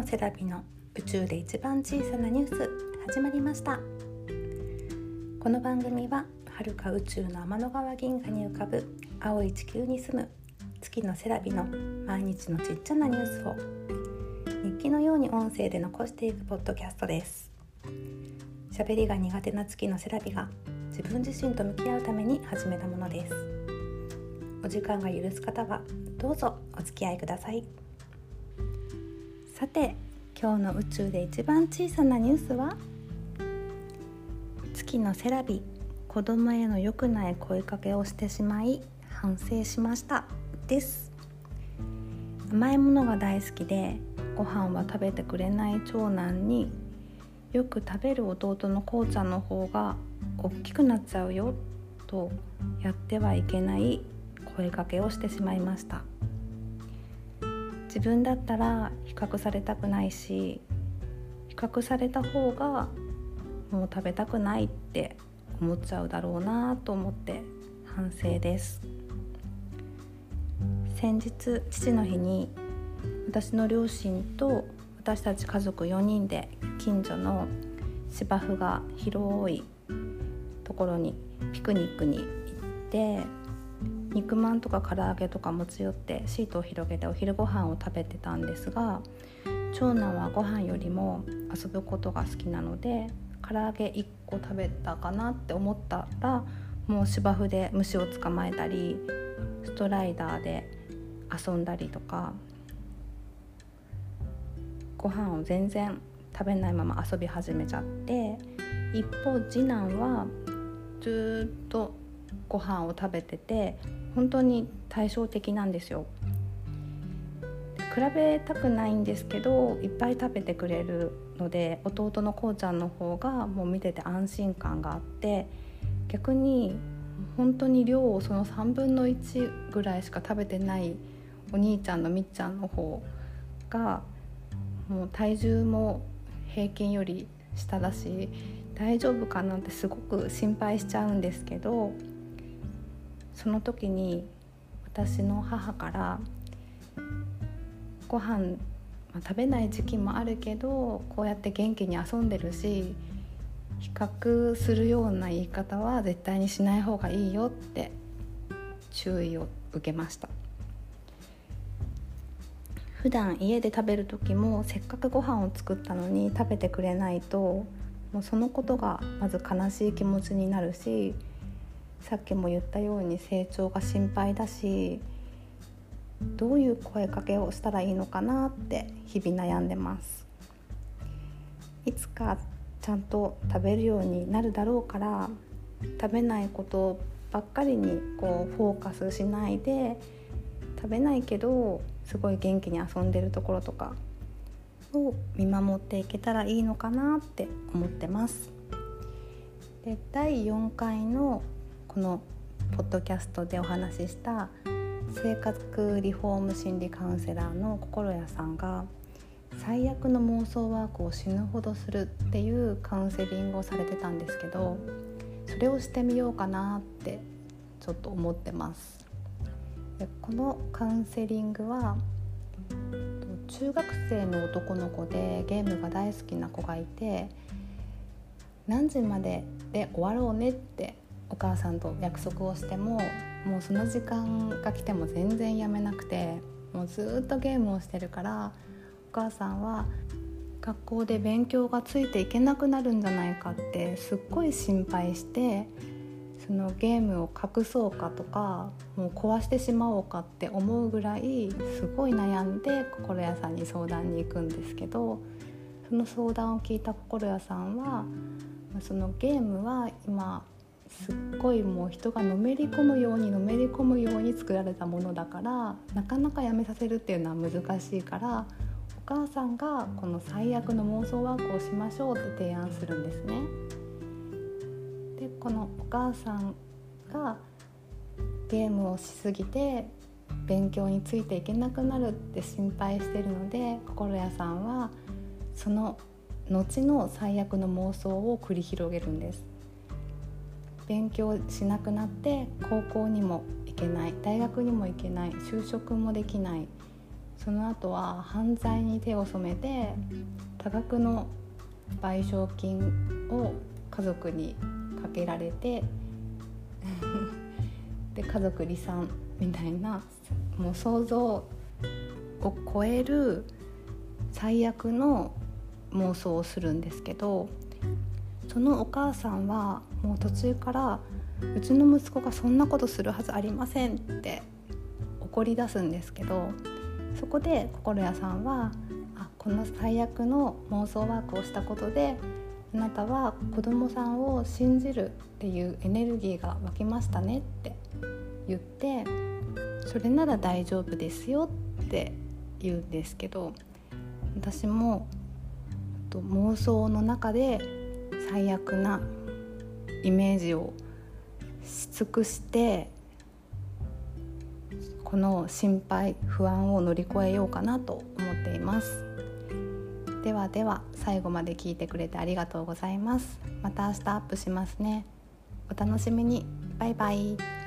セラビの宇宙で一番小さなニュース始まりました。この番組は遥か宇宙の天の川銀河に浮かぶ青い地球に住む月のセラビの毎日のちっちゃなニュースを日記のように音声で残していくポッドキャストです。喋りが苦手な月のセラビが自分自身と向き合うために始めたものです。お時間が許す方はどうぞお付き合いください。さて、今日の宇宙で一番小さなニュースは、月のセラビ、子供への良くない声かけをしてしまい反省しましたです。甘いものが大好きでご飯は食べてくれない長男に、よく食べる弟のこうちゃんの方が大きくなっちゃうよとやってはいけない声かけをしてしまいました。自分だったら比較されたくないし、比較された方がもう食べたくないって思っちゃうだろうなと思って反省です。先日父の日に私の両親と私たち家族4人で近所の芝生が広いところにピクニックに行って、肉まんとか唐揚げとか持ち寄ってシートを広げてお昼ご飯を食べてたんですが、長男はご飯よりも遊ぶことが好きなので唐揚げ1個食べたかなって思ったら、もう芝生で虫を捕まえたりストライダーで遊んだりとか、ご飯を全然食べないまま遊び始めちゃって、一方次男はずっとご飯を食べてて本当に対照的なんですよ。比べたくないんですけど、いっぱい食べてくれるので弟のこうちゃんの方がもう見てて安心感があって、逆に本当に量をその3分の1ぐらいしか食べてないお兄ちゃんのみっちゃんの方がもう体重も平均より下だし大丈夫かなってすごく心配しちゃうんですけど、その時に私の母から、ご飯、食べない時期もあるけどこうやって元気に遊んでるし、比較するような言い方は絶対にしない方がいいよって注意を受けました。普段家で食べる時もせっかくご飯を作ったのに食べてくれないと、もうそのことがまず悲しい気持ちになるし、さっきも言ったように成長が心配だし、どういう声かけをしたらいいのかなって日々悩んでます。いつかちゃんと食べるようになるだろうから、食べないことばっかりにフォーカスしないで、食べないけどすごい元気に遊んでるところとかを見守っていけたらいいのかなって思ってます。で、第4回のこのポッドキャストでお話しした生活リフォーム心理カウンセラーの心谷さんが、最悪の妄想ワークを死ぬほどするっていうカウンセリングをされてたんですけど、それをしてみようかなってちょっと思ってます。で、このカウンセリングは中学生の男の子でゲームが大好きな子がいて、何時までで終わろうねってお母さんと約束をしても、もうその時間が来ても全然やめなくて、もうずっとゲームをしてるから、お母さんは学校で勉強がついていけなくなるんじゃないかってすっごい心配して、そのゲームを隠そうかとかもう壊してしまおうかって思うぐらいすごい悩んで心谷さんに相談に行くんですけど、その相談を聞いた心谷さんは、そのゲームは今すっごいもう人がのめり込むように作られたものだから、なかなかやめさせるっていうのは難しいから、お母さんがこの最悪の妄想ワークをしましょうって提案するんですね。で、このお母さんがゲームをしすぎて勉強についていけなくなるって心配してるので、心谷さんはその後の最悪の妄想を繰り広げるんです。勉強しなくなって高校にも行けない、大学にも行けない、就職もできない、 その後は犯罪に手を染めて多額の賠償金を家族にかけられてで家族離散みたいな、もう想像を超える最悪の妄想をするんですけど、そのお母さんはもう途中からうちの息子がそんなことするはずありませんって怒り出すんですけど、そこで心屋さんはこの最悪の妄想ワークをしたことであなたは子供さんを信じるっていうエネルギーが湧きましたねって言って、それなら大丈夫ですよって言うんですけど、私も妄想の中で最悪なイメージをし尽くしてこの心配不安を乗り越えようかなと思っています。ではでは、最後まで聞いてくれてありがとうございます。また明日アップしますね。お楽しみに。バイバイ。